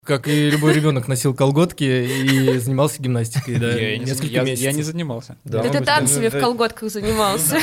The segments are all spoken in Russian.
Как и любой ребенок носил колготки и занимался гимнастикой, да, несколько месяцев. Я не занимался. Да ты танцами в колготках занимался.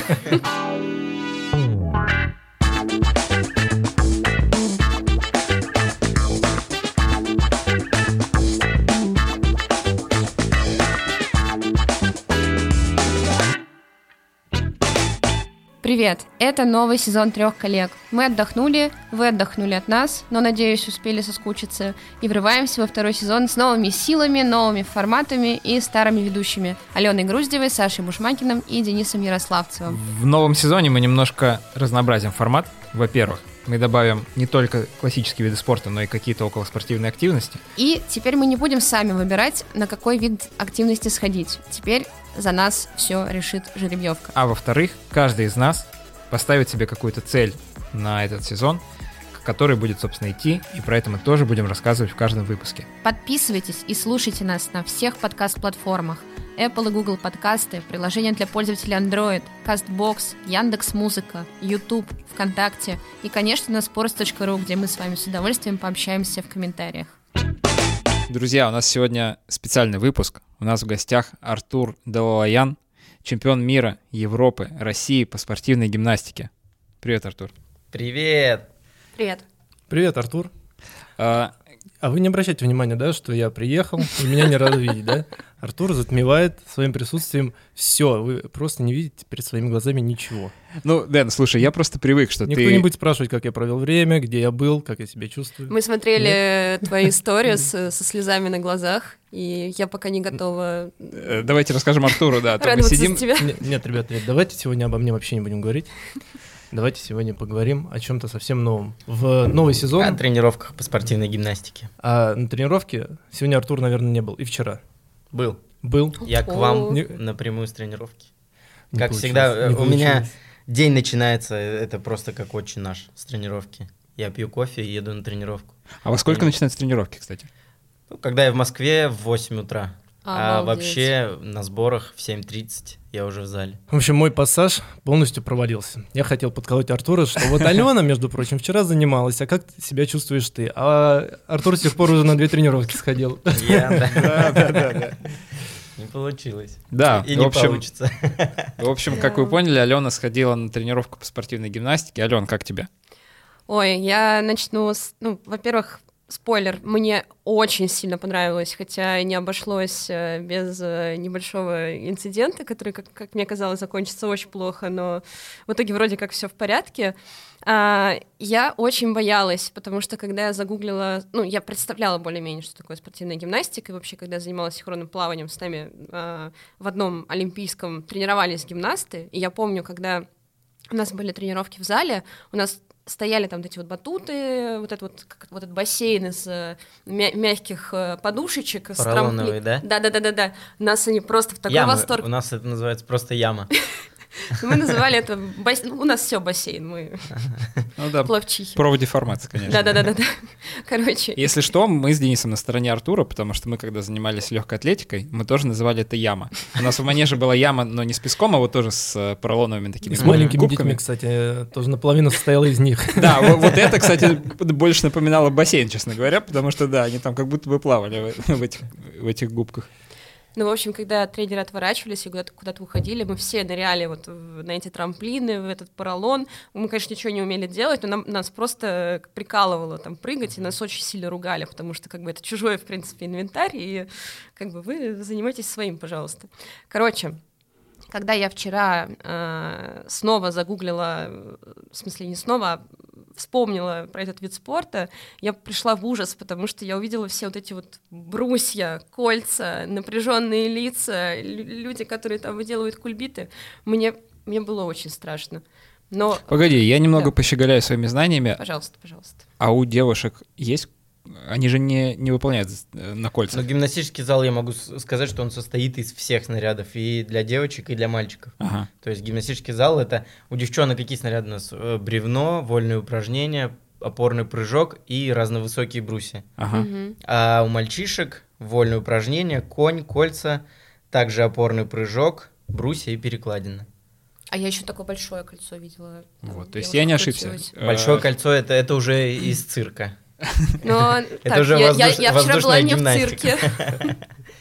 Привет! Это новый сезон «Трех коллег». Мы отдохнули, вы отдохнули от нас, но, надеюсь, успели соскучиться. И врываемся во второй сезон с новыми силами, новыми форматами и старыми ведущими. Аленой Груздевой, Сашей Бушмакиным и Денисом Ярославцевым. В новом сезоне мы немножко разнообразим формат. Во-первых, мы добавим не только классические виды спорта, но и какие-то околоспортивные активности. И теперь мы не будем сами выбирать, на какой вид активности сходить. Теперь за нас все решит жеребьевка. А во-вторых, каждый из нас поставит себе какую-то цель на этот сезон, к которой будет, собственно, идти, и про это мы тоже будем рассказывать в каждом выпуске. Подписывайтесь и слушайте нас на всех подкаст-платформах: Apple и Google подкасты, приложения для пользователей Android, CastBox, Яндекс.Музыка, YouTube, ВКонтакте и, конечно, на sports.ru, где мы с вами с удовольствием пообщаемся в комментариях. Друзья, у нас сегодня специальный выпуск. У нас в гостях Артур Далалаян, чемпион мира, Европы, России по спортивной гимнастике. Привет, Артур. Привет! Привет. Привет, Артур. А вы не обращайте внимания, да, что я приехал, и меня не рады видеть, да? Артур затмевает своим присутствием все, вы просто не видите перед своими глазами ничего. Ну, Дэн, слушай, я просто привык, что Никто не будет спрашивать, как я провел время, где я был, как я себя чувствую. Мы смотрели твои истории со слезами на глазах, и я пока не готова. Давайте расскажем Артуру, да, а то мы радоваться сидим... за тебя. Нет, ребят, давайте сегодня обо мне вообще не будем говорить. Давайте сегодня поговорим о чем-то совсем новом. В новый сезон... О тренировках по спортивной гимнастике. А на тренировке сегодня Артур, наверное, не был. И вчера. Был. Я к вам напрямую с тренировки. Как всегда, у меня день начинается, это просто как отче наш с тренировки. Я пью кофе и еду на тренировку. А во сколько начинаются тренировки, кстати? Когда я в Москве в 8 утра. А Обалдеть. вообще на сборах в 7:30 я уже в зале. В общем, мой пассаж полностью провалился. Я хотел подколоть Артура, что вот Алена, между прочим, вчера занималась, а как себя чувствуешь ты? А Артур с тех пор уже на 2 тренировки сходил. Да. Не получилось. Да, И не получится. В общем, как вы поняли, Алена сходила на тренировку по спортивной гимнастике. Ален, как тебе? Ой, я начну с... Ну, во-первых, спойлер, мне очень сильно понравилось, хотя и не обошлось без небольшого инцидента, который, как мне казалось, закончится очень плохо, но в итоге вроде как все в порядке. Я очень боялась, потому что когда я загуглила, ну, я представляла более-менее, что такое спортивная гимнастика, и вообще, когда я занималась синхронным плаванием, с нами в одном олимпийском тренировались гимнасты, и я помню, когда у нас были тренировки в зале, у нас стояли там вот эти вот батуты, вот этот бассейн из мягких подушечек. Поролоновый, да? Да. Нас они просто в такой восторг. У нас это называется просто яма. Мы называли это бассейн. У нас все бассейн, мы пловчихи. Профдеформация, конечно. Да. Короче. Если что, мы с Денисом на стороне Артура, потому что мы, когда занимались легкой атлетикой, мы тоже называли это яма. У нас в манеже была яма, но не с песком, а вот тоже с поролоновыми такими с маленькими губками. детьми, кстати, тоже наполовину состояла из них. Да, вот это, кстати, больше напоминало бассейн, честно говоря, потому что, да, они там как будто бы плавали в этих губках. Ну, в общем, когда тренеры отворачивались и куда-то уходили, мы все ныряли вот на эти трамплины, в этот поролон. Мы, конечно, ничего не умели делать, но нас просто прикалывало там прыгать, и нас очень сильно ругали, потому что как бы это чужой, в принципе, инвентарь, и как бы вы занимаетесь своим, пожалуйста. Короче, когда я вчера снова загуглила, в смысле не снова, а вспомнила про этот вид спорта, я пришла в ужас, потому что я увидела все вот эти вот брусья, кольца, напряженные лица, люди, которые там выделывают кульбиты. Мне было очень страшно. Но... Погоди, я немного пощеголяю своими знаниями. Пожалуйста. А у девушек есть... Они же не выполняют на кольцах. Но гимнастический зал, я могу сказать, что он состоит из всех снарядов, и для девочек, и для мальчиков. Ага. То есть гимнастический зал — это у девчонок какие снаряды у нас? Бревно, вольные упражнения, опорный прыжок и разновысокие брусья. Ага. Угу. А у мальчишек вольные упражнения, конь, кольца, также опорный прыжок, брусья и перекладина. А я еще такое большое кольцо видела. Вот, то есть я не ошибся. Большое кольцо — это уже из цирка. Но Это уже я вчера была воздушная не в гимнастика. цирке.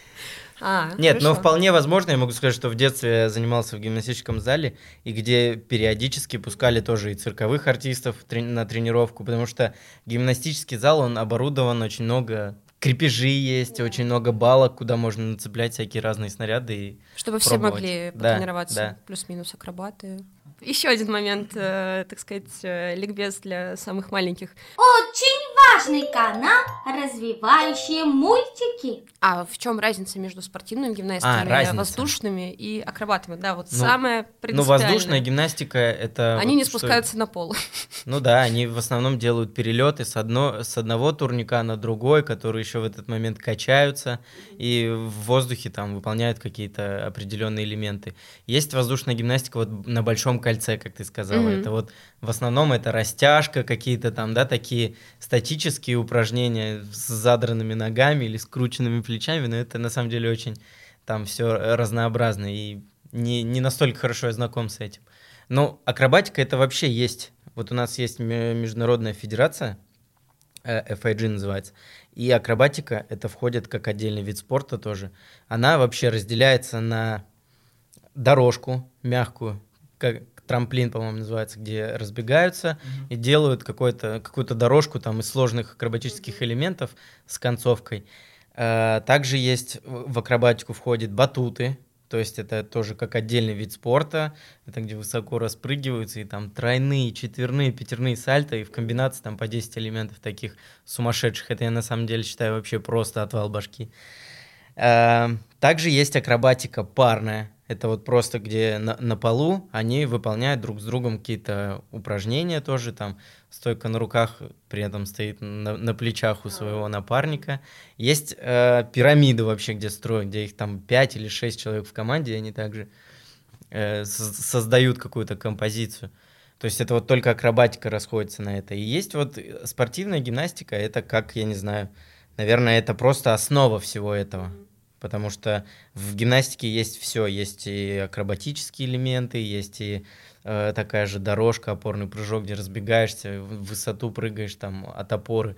Нет, но хорошо. вполне возможно, я могу сказать, что в детстве я занимался в гимнастическом зале, и где периодически пускали тоже и цирковых артистов на тренировку, потому что гимнастический зал, он оборудован, очень много крепежи есть, очень много балок, куда можно нацеплять всякие разные снаряды. И Чтобы все пробовать. могли Да, потренироваться, да. плюс-минус акробаты. Еще один момент, так сказать, ликбез для самых маленьких. Очень важный канал «Развивающие мультики». А в чем разница между спортивными гимнастиками, разница. воздушными и акробатами? Да, вот самое Ну, принципиальное. воздушная гимнастика — это... Они вот не что- спускаются на пол. Ну да, они в основном делают перелеты с одного турника на другой, которые еще в этот момент качаются, и в воздухе там выполняют какие-то определенные элементы. Есть воздушная гимнастика вот на большом кольце, как ты сказала. Мгм. Это вот в основном это растяжка, какие-то там, да, такие статические упражнения с задранными ногами или скрученными плечами, но это на самом деле очень там все разнообразно, и не настолько хорошо я знаком с этим. Но акробатика это вообще есть. Вот у нас есть международная федерация, FIG называется, и акробатика это входит как отдельный вид спорта тоже. Она вообще разделяется на дорожку мягкую, как трамплин, по-моему, называется, где разбегаются и делают какую-то дорожку там из сложных акробатических элементов с концовкой. Также есть в акробатику входят батуты, то есть это тоже как отдельный вид спорта, это где высоко распрыгиваются, и там тройные, четверные, пятерные сальто, и в комбинации там по 10 элементов таких сумасшедших. Это я на самом деле считаю вообще просто отвал башки. Также есть акробатика парная. Это вот просто где на полу они выполняют друг с другом какие-то упражнения тоже, там стойка на руках, при этом стоит на плечах у своего напарника. Есть пирамиды вообще, где строят, где их там 5 или 6 человек в команде, и они также создают какую-то композицию. То есть это вот только акробатика расходится на это. И есть вот спортивная гимнастика, это как, я не знаю, наверное, это просто основа всего этого. Потому что в гимнастике есть все, есть и акробатические элементы, есть и такая же дорожка, опорный прыжок, где разбегаешься, в высоту прыгаешь там от опоры,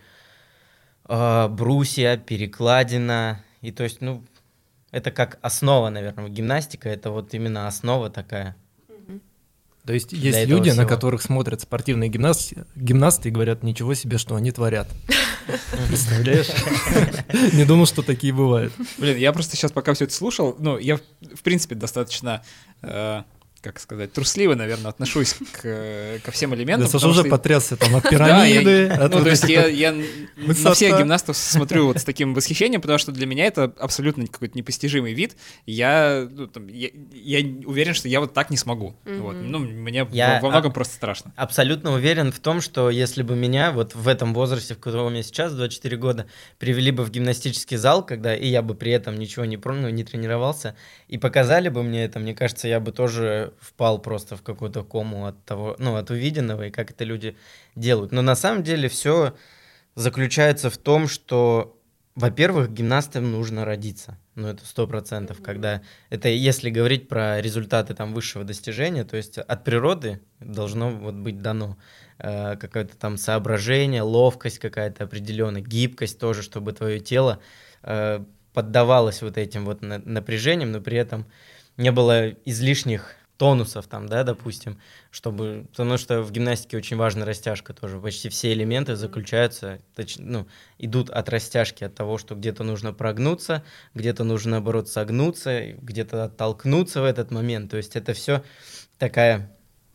брусья, перекладина, и то есть, ну, это как основа, наверное, гимнастика, это вот именно основа такая. То есть есть люди, на которых смотрят спортивные гимнасты и говорят, ничего себе, что они творят. Представляешь? Не думал, что такие бывают. Блин, я просто сейчас, пока все это слушал, ну, я, в принципе, достаточно, как сказать, трусливо, наверное, отношусь ко всем элементам. Да, Саша уже потрясся там от пирамиды. Ну, то есть я на всех гимнастов смотрю вот с таким восхищением, потому что для меня это абсолютно какой-то непостижимый вид. Я уверен, что я вот так не смогу. Вот. Ну, мне во многом просто страшно. Абсолютно уверен в том, что если бы меня вот в этом возрасте, в котором я сейчас, 24 года, привели бы в гимнастический зал, когда и я бы при этом ничего не тренировался, и показали бы мне это, мне кажется, я бы тоже впал просто в какую-то кому от того, ну, от увиденного и как это люди делают. Но на самом деле все заключается в том, что, во-первых, гимнастам нужно родиться. Ну, это 100%. Когда это, если говорить про результаты там высшего достижения, то есть от природы должно вот быть дано какое-то там соображение, ловкость какая-то определенная, гибкость тоже, чтобы твое тело поддавалось вот этим вот напряжениям, но при этом не было излишних тонусов там, да, допустим, потому что в гимнастике очень важна растяжка тоже. Почти все элементы заключаются, идут от растяжки, от того, что где-то нужно прогнуться, где-то нужно, наоборот, согнуться, где-то оттолкнуться в этот момент. То есть это все такая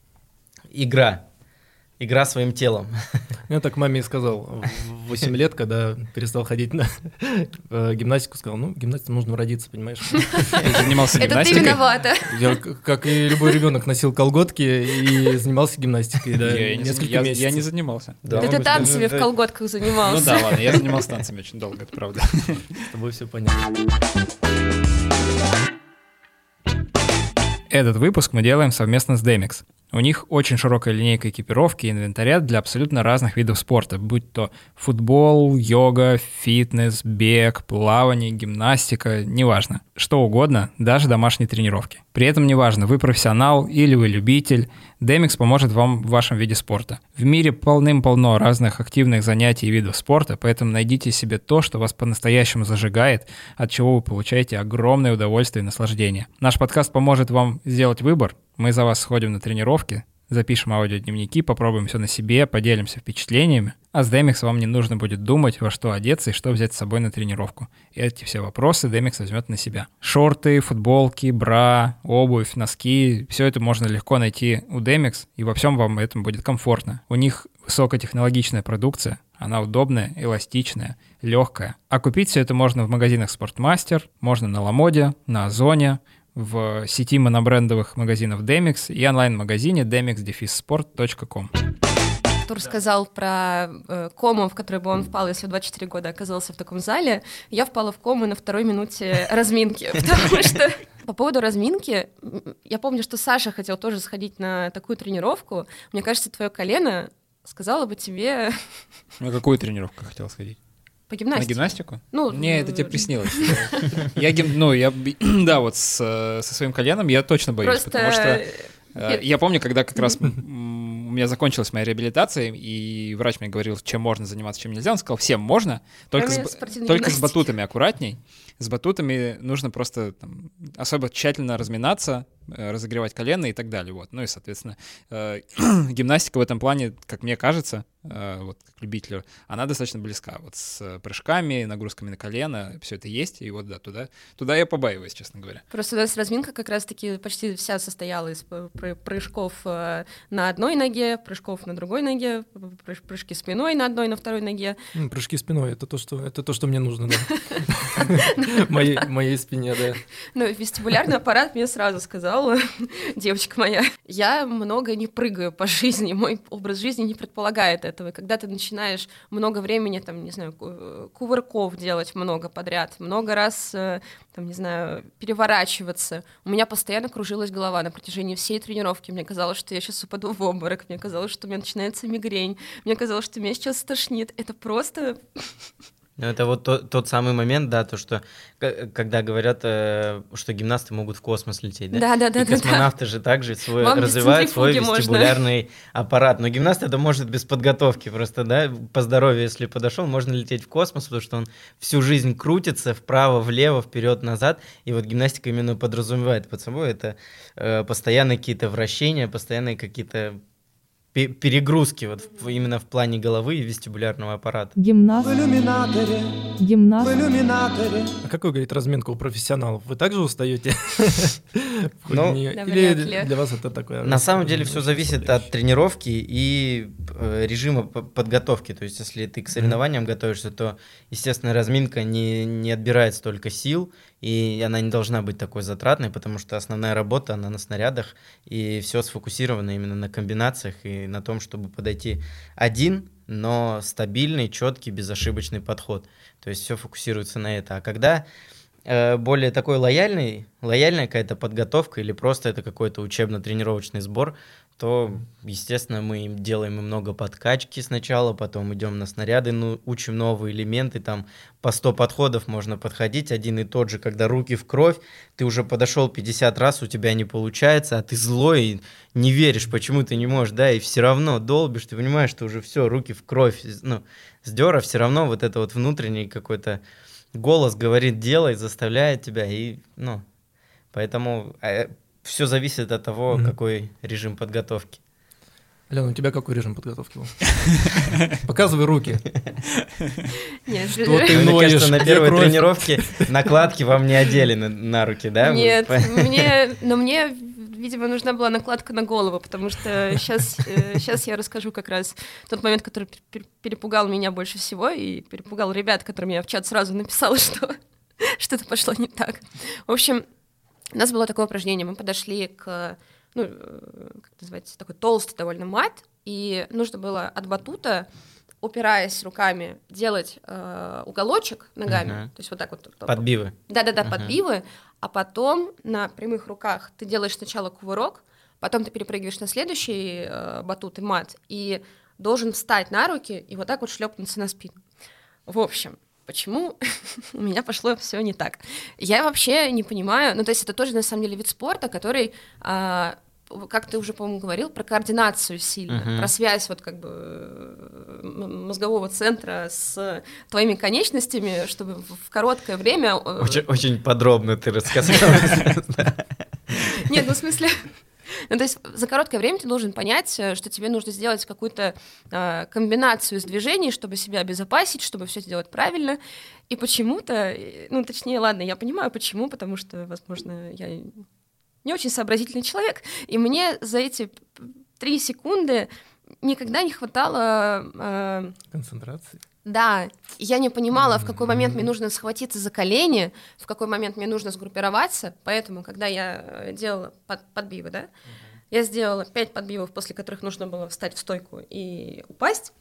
игра своим телом. Я так маме и сказал в 8 лет, когда перестал ходить на гимнастику, сказал, ну, гимнастикам нужно родиться, понимаешь? Занимался гимнастикой. Это ты виновата. Я, как и любой ребенок, носил колготки и занимался гимнастикой, да, несколько месяцев. Я не занимался. Да ты танцами в колготках занимался. Ну да, ладно, я занимался танцами очень долго, это правда. С тобой все понятно. Этот выпуск мы делаем совместно с Demix. У них очень широкая линейка экипировки и инвентаря для абсолютно разных видов спорта, будь то футбол, йога, фитнес, бег, плавание, гимнастика, неважно. Что угодно, даже домашние тренировки. При этом неважно, вы профессионал или вы любитель, Demix поможет вам в вашем виде спорта. В мире полным-полно разных активных занятий и видов спорта, поэтому найдите себе то, что вас по-настоящему зажигает, от чего вы получаете огромное удовольствие и наслаждение. Наш подкаст поможет вам сделать выбор. Мы за вас сходим на тренировки, запишем аудиодневники, попробуем все на себе, поделимся впечатлениями. А с Demix вам не нужно будет думать, во что одеться и что взять с собой на тренировку. И эти все вопросы Demix возьмет на себя. Шорты, футболки, бра, обувь, носки — все это можно легко найти у Demix, и во всем вам этом будет комфортно. У них высокотехнологичная продукция, она удобная, эластичная, легкая. А купить все это можно в магазинах Sportmaster, можно на Ламоде, на Озоне, в сети монобрендовых магазинов Demix и онлайн-магазине demix-sport.com. Артур сказал про кому, в которую бы он впал, если в 24 года оказался в таком зале. Я впала в кому на 2-й минуте разминки, потому что по поводу разминки, я помню, что Саша хотел тоже сходить на такую тренировку. Мне кажется, твое колено сказала бы тебе... На какую тренировку хотел сходить? По гимнастике. На гимнастику? Ну, не, это тебе приснилось. Да, вот со своим коленом я точно боюсь, потому что я помню, когда как раз у меня закончилась моя реабилитация, и врач мне говорил, чем можно заниматься, чем нельзя. Он сказал, всем можно, только с батутами аккуратней. С батутами нужно просто особо тщательно разминаться, разогревать колено и так далее. Вот. Ну и, соответственно, гимнастика в этом плане, как мне кажется, вот как любителю, она достаточно близка. Вот с прыжками, нагрузками на колено, все это есть, и вот да, туда я побаиваюсь, честно говоря. Просто у нас разминка как раз-таки почти вся состояла из прыжков на одной ноге, прыжков на другой ноге, прыжки спиной на одной, на второй ноге. Прыжки спиной — это то, что мне нужно, да. Моей спине, да. Ну, вестибулярный аппарат мне сразу сказал, девочка моя, я много не прыгаю по жизни, мой образ жизни не предполагает этого. И когда ты начинаешь много времени, там, не знаю, кувырков делать много подряд, много раз, там, не знаю, переворачиваться, у меня постоянно кружилась голова на протяжении всей тренировки. Мне казалось, что я сейчас упаду в обморок, мне казалось, что у меня начинается мигрень, мне казалось, что меня сейчас стошнит. Это просто... Ну, это вот тот самый момент, да, то, что когда говорят, что гимнасты могут в космос лететь, да? Да. И космонавты же также развивают свой вестибулярный аппарат. Но гимнаст это может без подготовки просто, да, по здоровью, если подошел, можно лететь в космос, потому что он всю жизнь крутится вправо, влево, вперед, назад. И вот гимнастика именно подразумевает под собой это постоянные какие-то вращения, постоянные какие-то перегрузки вот именно в плане головы и вестибулярного аппарата. Гимнаст. А какой, говорит, разминка у профессионалов? Вы также устаете? Или для вас это такое? На самом деле все зависит от тренировки и режима подготовки. То есть если ты к соревнованиям готовишься, то, естественно, разминка не отбирает столько сил, и она не должна быть такой затратной, потому что основная работа, она на снарядах, и все сфокусировано именно на комбинациях и на том, чтобы подойти один, но стабильный, четкий, безошибочный подход. То есть все фокусируется на это. А когда более такой лояльная какая-то подготовка или просто это какой-то учебно-тренировочный сбор, то, естественно, мы делаем много подкачки сначала, потом идем на снаряды, учим новые элементы, там по 100 подходов можно подходить, один и тот же, когда руки в кровь, ты уже подошел 50 раз, у тебя не получается, а ты злой и не веришь, почему ты не можешь, да, и все равно долбишь, ты понимаешь, что уже все, руки в кровь, сдер, а все равно вот это вот внутренний какой-то голос говорит, делай, заставляет тебя, и, поэтому все зависит от того, какой режим подготовки. Алена, у тебя какой режим подготовки был? Показывай руки. Что ты ноешь? Мне кажется, на первой тренировке накладки вам не одели на руки, да? Нет, мне, видимо, нужна была накладка на голову, потому что сейчас я расскажу как раз тот момент, который перепугал меня больше всего и перепугал ребят, которым я в чат сразу написала, что что-то пошло не так. В общем, у нас было такое упражнение, мы подошли к, как называется, такой толстый довольно мат, и нужно было от батута, упираясь руками, делать уголочек ногами, то есть вот так вот. Подбивы. Да-да-да, подбивы, а потом на прямых руках ты делаешь сначала кувырок, потом ты перепрыгиваешь на следующий батут и мат, и должен встать на руки и вот так вот шлепнуться на спину. В общем, почему у меня пошло все не так. Я вообще не понимаю, то есть это тоже на самом деле вид спорта, который, как ты уже, по-моему, говорил, про координацию сильно, про связь вот как бы мозгового центра с твоими конечностями, чтобы в короткое время... Очень подробно ты рассказала. Нет, в смысле... то есть за короткое время ты должен понять, что тебе нужно сделать какую-то комбинацию из движений, чтобы себя обезопасить, чтобы все сделать правильно. И почему-то, точнее, ладно, я понимаю, почему, потому что, возможно, я не очень сообразительный человек, и мне за эти 3 секунды никогда не хватало... концентрации? Да, я не понимала, в какой момент мне нужно схватиться за колени, в какой момент мне нужно сгруппироваться, поэтому, когда я делала подбивы, да, я сделала 5 подбивов, после которых нужно было встать в стойку и упасть,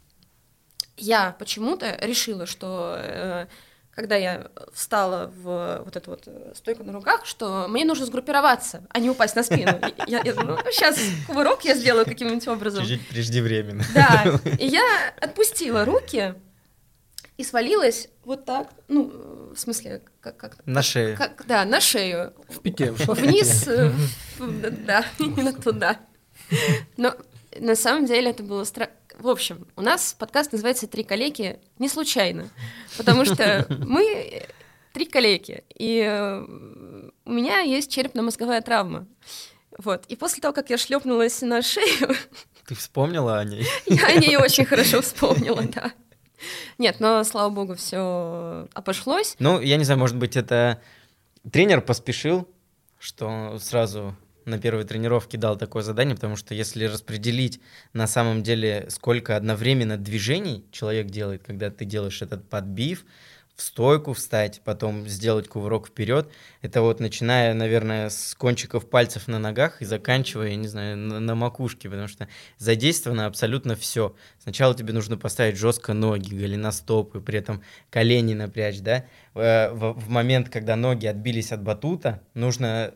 я почему-то решила, что когда я встала в вот эту вот стойку на руках, что мне нужно сгруппироваться, а не упасть на спину. Я думаю, сейчас кувырок я сделаю каким-нибудь образом. Чуть-чуть преждевременно. Да, и я отпустила руки и свалилась вот так, в смысле, как на шею. Да, на шею. В пике. Вниз, да, именно туда. Но на самом деле это было страшно. В общем, у нас подкаст называется «Три калеки» не случайно, потому что мы 3 калеки, и у меня есть черепно-мозговая травма. Вот. И после того, как я шлепнулась на шею... Ты вспомнила о ней? Я о ней очень хорошо вспомнила, да. Нет, но, слава богу, все обошлось. Я не знаю, может быть, это тренер поспешил, что сразу на первой тренировке дал такое задание, потому что если распределить на самом деле, сколько одновременно движений человек делает, когда ты делаешь этот подбив, в стойку встать, потом сделать кувырок вперед, это вот начиная, наверное, с кончиков пальцев на ногах и заканчивая, я не знаю, на макушке, потому что задействовано абсолютно все. Сначала тебе нужно поставить жестко ноги, голеностопы, при этом колени напрячь, да. В момент, когда ноги отбились от батута, нужно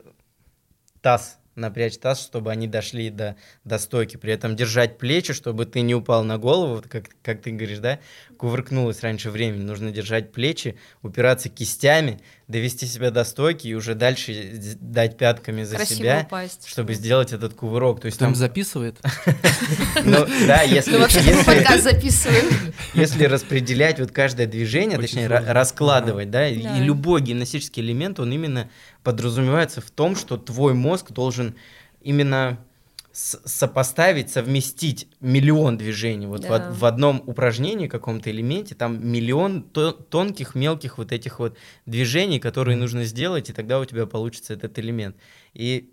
напрячь таз, чтобы они дошли до стойки, при этом держать плечи, чтобы ты не упал на голову, как ты говоришь, да, кувыркнулась раньше времени, нужно держать плечи, упираться кистями, довести себя до стойки и уже дальше дать пятками за красиво себя, упасть, чтобы сделать этот кувырок. То есть там записывает? Да, если подкаст записываем. Если распределять вот каждое движение, точнее раскладывать, да, и любой гимнастический элемент, он именно подразумевается в том, что твой мозг должен именно сопоставить, совместить миллион движений. Вот в одном упражнении, каком-то элементе, там миллион тонких, мелких вот этих вот движений, которые нужно сделать, и тогда у тебя получится этот элемент. И,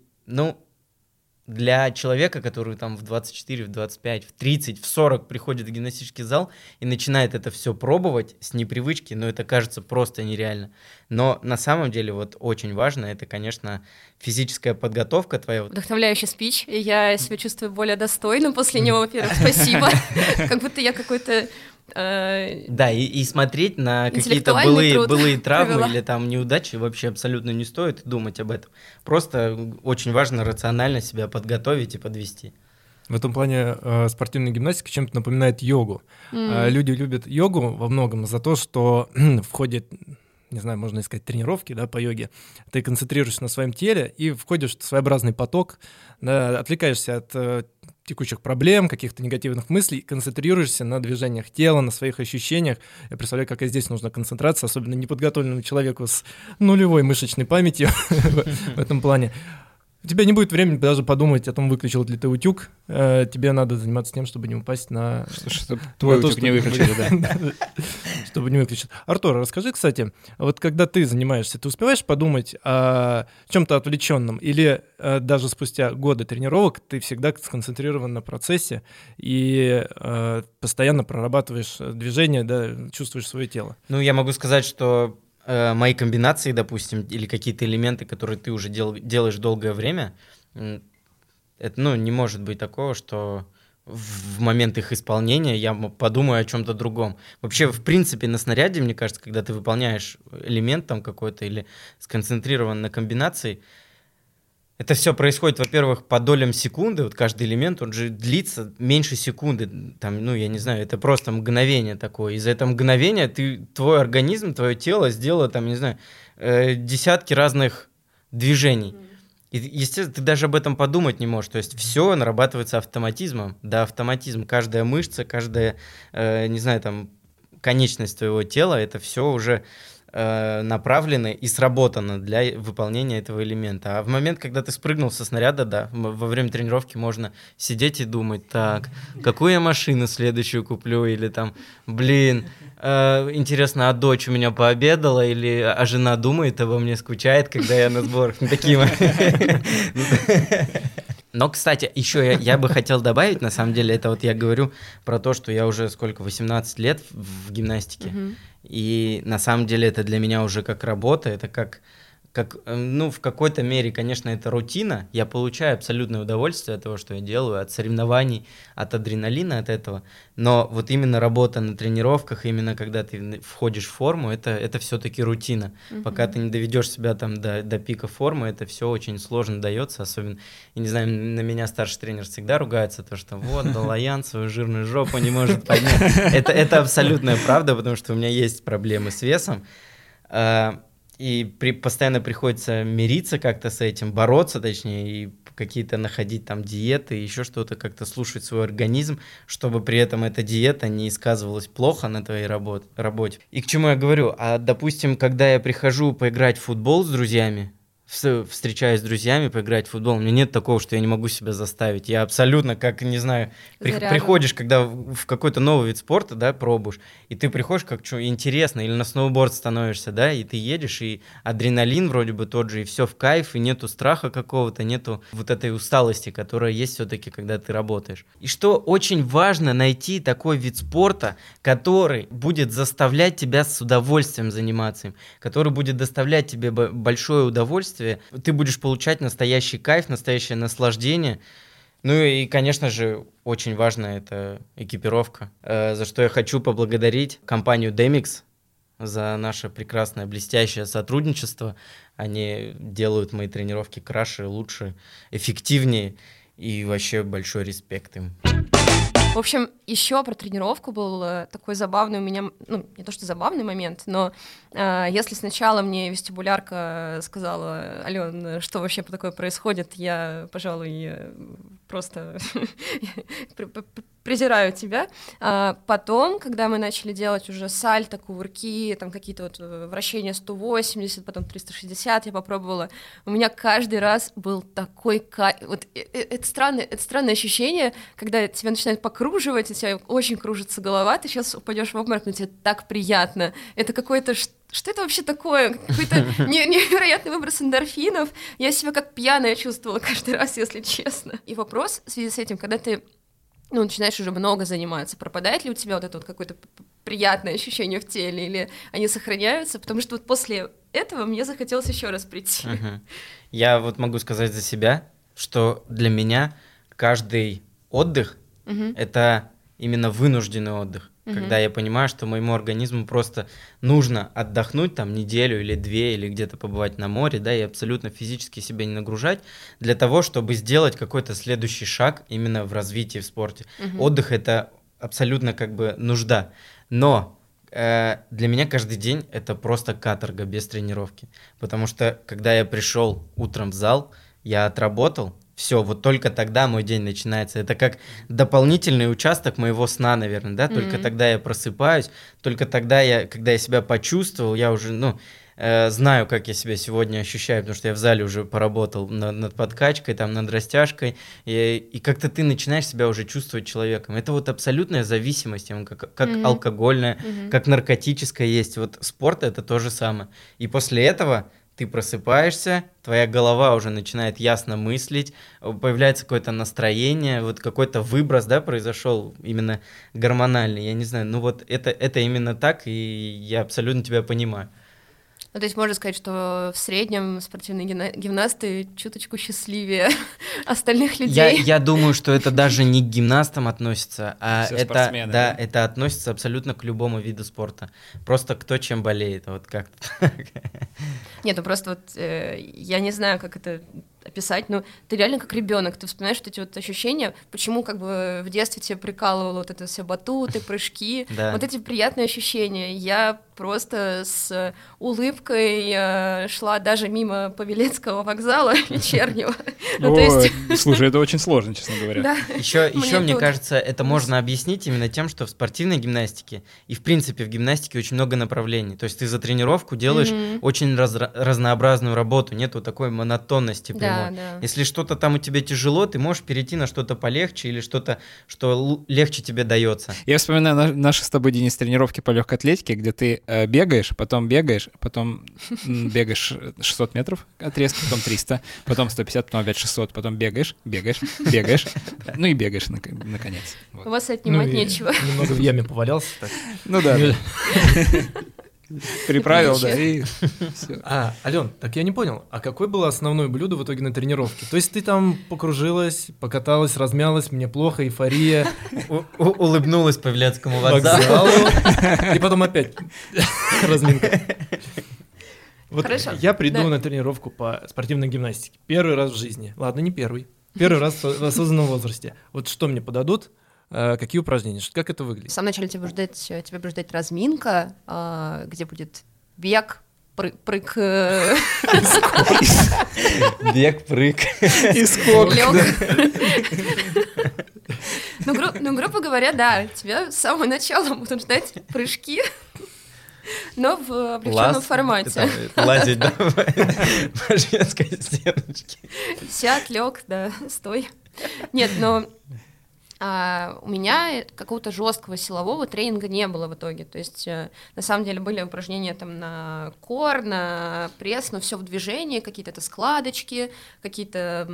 для человека, который там в 24, в 25, в 30, в 40 приходит в гимнастический зал и начинает это все пробовать с непривычки, это кажется просто нереально. Но на самом деле вот очень важно, это, конечно, физическая подготовка твоя. Вдохновляющий спич, и я себя чувствую более достойным после него, во-первых, спасибо. Как будто я какой-то... Да, и смотреть на какие-то былые травмы или там неудачи вообще абсолютно не стоит думать об этом. Просто очень важно рационально себя подготовить и подвести. В этом плане спортивная гимнастика чем-то напоминает йогу. Люди любят йогу во многом за то, что в ходе, не знаю, можно искать тренировки, да, по йоге, ты концентрируешься на своем теле и входишь в своеобразный поток, да, отвлекаешься от текущих проблем, каких-то негативных мыслей, концентрируешься на движениях тела, на своих ощущениях. Я представляю, какая здесь нужна концентрация, особенно неподготовленному человеку с нулевой мышечной памятью в этом плане. У тебя не будет времени даже подумать о том, выключил ли ты утюг. Тебе надо заниматься тем, чтобы не упасть на... Чтобы твой утюг не выключили, да. Чтобы не выключить. Артур, расскажи, кстати, вот когда ты занимаешься, ты успеваешь подумать о чем-то отвлеченном? Или даже спустя годы тренировок ты всегда сконцентрирован на процессе и постоянно прорабатываешь движения, да, чувствуешь свое тело? Я могу сказать, что мои комбинации, допустим, или какие-то элементы, которые ты уже делаешь долгое время, это, не может быть такого, что в момент их исполнения я подумаю о чем-то другом. Вообще, в принципе, на снаряде, мне кажется, когда ты выполняешь элемент там какой-то или сконцентрирован на комбинации, Это все происходит, во-первых, по долям секунды, вот каждый элемент, он же длится меньше секунды, там, ну, я не знаю, это просто мгновение такое, и за это мгновение твой организм, твое тело сделало, там, не знаю, десятки разных движений. И, естественно, ты даже об этом подумать не можешь, то есть все нарабатывается автоматизмом, да, автоматизм, каждая мышца, каждая, не знаю, там, конечность твоего тела, это все уже направлено и сработано для выполнения этого элемента. А в момент, когда ты спрыгнул со снаряда, да, во время тренировки можно сидеть и думать, так, какую я машину следующую куплю, или там, блин, интересно, а дочь у меня пообедала, или а жена думает обо мне, скучает, когда я на сборах. Такие моменты. Но, кстати, еще я бы хотел добавить, на самом деле, это вот я говорю про то, что я уже 18 лет в гимнастике, и на самом деле это для меня уже как работа, это как ну, в какой-то мере, конечно, это рутина, я получаю абсолютное удовольствие от того, что я делаю, от соревнований, от адреналина от этого, но вот именно работа на тренировках, именно когда ты входишь в форму, это все-таки рутина. Пока ты не доведешь себя там до пика формы, это все очень сложно дается, особенно, я не знаю, на меня старший тренер всегда ругается, то, что вот, Далаян свою жирную жопу не может поднять. Это абсолютная правда, потому что у меня есть проблемы с весом, и постоянно приходится мириться как-то с этим, бороться, точнее, и какие-то находить там диеты, еще что-то, как-то слушать свой организм, чтобы при этом эта диета не сказывалась плохо на твоей работе. И к чему я говорю? А, допустим, когда я прихожу поиграть в футбол с друзьями, встречаюсь с друзьями поиграть в футбол, у меня нет такого, что я не могу себя заставить. Я абсолютно, как, не знаю, приходишь, когда в какой-то новый вид спорта, да, пробуешь, и ты приходишь, как что интересно, или на сноуборд становишься, да, и ты едешь, и адреналин вроде бы тот же, и все в кайф, и нету страха какого-то, нету вот этой усталости, которая есть все-таки, когда ты работаешь. И что очень важно, найти такой вид спорта, который будет заставлять тебя с удовольствием заниматься им, который будет доставлять тебе большое удовольствие, ты будешь получать настоящий кайф, настоящее наслаждение. Ну и, конечно же, очень важно это экипировка, за что я хочу поблагодарить компанию Demix за наше прекрасное, блестящее сотрудничество. Они делают мои тренировки краше, лучше, эффективнее, и вообще большой респект им. В общем, еще про тренировку был такой забавный у меня, ну, не то что забавный момент, но если сначала мне вестибулярка сказала: Алён, что вообще такое происходит, я, пожалуй, просто презираю тебя. Потом, когда мы начали делать уже сальто, кувырки, там какие-то вот вращения 180, потом 360 я попробовала, у меня каждый раз был такой вот это странное ощущение, когда тебя начинает покруживать, у тебя очень кружится голова, ты сейчас упадешь в обморок, но тебе так приятно. Это какое-то... Что это вообще такое? Какой-то невероятный выброс эндорфинов. Я себя как пьяная чувствовала каждый раз, если честно. И вопрос в связи с этим, когда ты начинаешь уже много заниматься, пропадает ли у тебя вот это вот какое-то приятное ощущение в теле, или они сохраняются? Потому что вот после этого мне захотелось еще раз прийти. Я вот могу сказать за себя, что для меня каждый отдых это именно вынужденный отдых. Когда я понимаю, что моему организму просто нужно отдохнуть там неделю или две, или где-то побывать на море, да, и абсолютно физически себя не нагружать, для того, чтобы сделать какой-то следующий шаг именно в развитии в спорте. Отдых — это абсолютно как бы нужда. Но для меня каждый день это просто каторга без тренировки. Потому что когда я пришел утром в зал, я отработал, все, вот только тогда мой день начинается. Это как дополнительный участок моего сна, наверное, да, только тогда я просыпаюсь, только тогда когда я себя почувствовал, я уже, знаю, как я себя сегодня ощущаю, потому что я в зале уже поработал над подкачкой, там, над растяжкой, и как-то ты начинаешь себя уже чувствовать человеком. Это вот абсолютная зависимость, как алкогольная, как наркотическая есть. Вот спорт — это то же самое. И после этого ты просыпаешься, твоя голова уже начинает ясно мыслить, появляется какое-то настроение, вот какой-то выброс, да, произошел именно гормональный, я не знаю, вот это именно так, и я абсолютно тебя понимаю. Ну, то есть можно сказать, что в среднем спортивные гимнасты чуточку счастливее остальных людей. Я думаю, что это даже не к гимнастам относится, а это относится абсолютно к любому виду спорта. Просто кто чем болеет, вот как-то так. Нет, просто вот я не знаю, как это описать, но ты реально как ребенок, ты вспоминаешь вот эти вот ощущения, почему как бы в детстве тебя прикалывало вот это все батуты, прыжки, вот эти приятные ощущения. Я просто с улыбкой шла даже мимо Павелецкого вокзала вечернего. Слушай, это очень сложно, честно говоря. Еще, мне кажется, это можно объяснить именно тем, что в спортивной гимнастике и, в принципе, в гимнастике очень много направлений. То есть ты за тренировку делаешь очень разнообразную работу, нету такой монотонности прямой. Если что-то там у тебя тяжело, ты можешь перейти на что-то полегче или что-то, что легче тебе дается. Я вспоминаю наши с тобой, Денис, тренировки по легкой атлетике, где ты бегаешь, потом бегаешь 600 метров отрезок, потом 300, потом 150, потом опять 600, потом бегаешь, ну и бегаешь наконец. У вас отнимать нечего. Немного в яме повалялся. Ну да. Приправил, да, и все. Ален, так я не понял, а какое было основное блюдо в итоге на тренировке? То есть ты там покружилась, покаталась, размялась, мне плохо, эйфория. Улыбнулась Павелецкому вокзалу. И потом опять разминка. Вот Хорошо. я приду на тренировку по спортивной гимнастике. Первый раз в жизни. Ладно, не первый. Первый раз в осознанном возрасте. Вот что мне подадут? Какие упражнения? Как это выглядит? В самом начале тебя будет ждать разминка, где будет бег, прыг... Бег, прыг. И скок. Ну, грубо говоря, да, тебя с самого начала будут ждать прыжки, но в облегченном формате. Лазить, да, по женской стеночке. Сядь, лег, да, стой. Нет, но у меня какого-то жесткого силового тренинга не было в итоге. То есть, на самом деле, были упражнения там на кор, на пресс, но все в движении, какие-то складочки, какие-то...